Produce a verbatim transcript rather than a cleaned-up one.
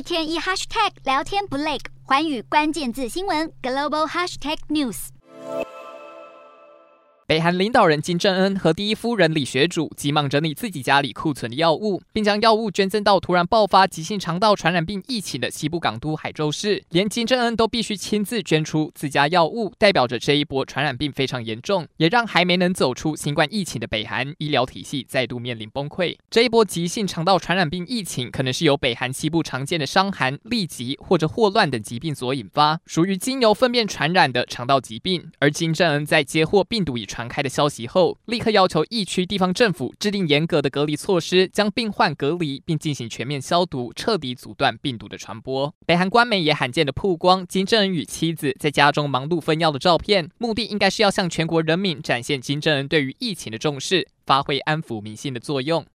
天一 hashtag 聊天不累，寰宇关键字新闻 global hashtag news。 北韩领导人金正恩和第一夫人李学主急忙整理自己家里库存的药物，并将药物捐赠到突然爆发急性肠道传染病疫情的西部港都海州市。连金正恩都必须亲自捐出自家药物，代表着这一波传染病非常严重，也让还没能走出新冠疫情的北韩医疗体系再度面临崩溃。这一波急性肠道传染病疫情可能是由北韩西部常见的伤寒、痢疾或者霍乱等疾病所引发，属于经由粪便传染的肠道疾病。而金正恩在接获病毒已传开的消息后，立刻要求疫区地方政府制定严格的隔离措施，将病患隔离，并进行全面消毒，彻底阻断病毒的传播。北韩官媒也罕见的曝光金正恩与妻子在家中忙碌分药的照片，目的应该是要向全国人民展现金正恩对于疫情的重视，发挥安抚民心的作用。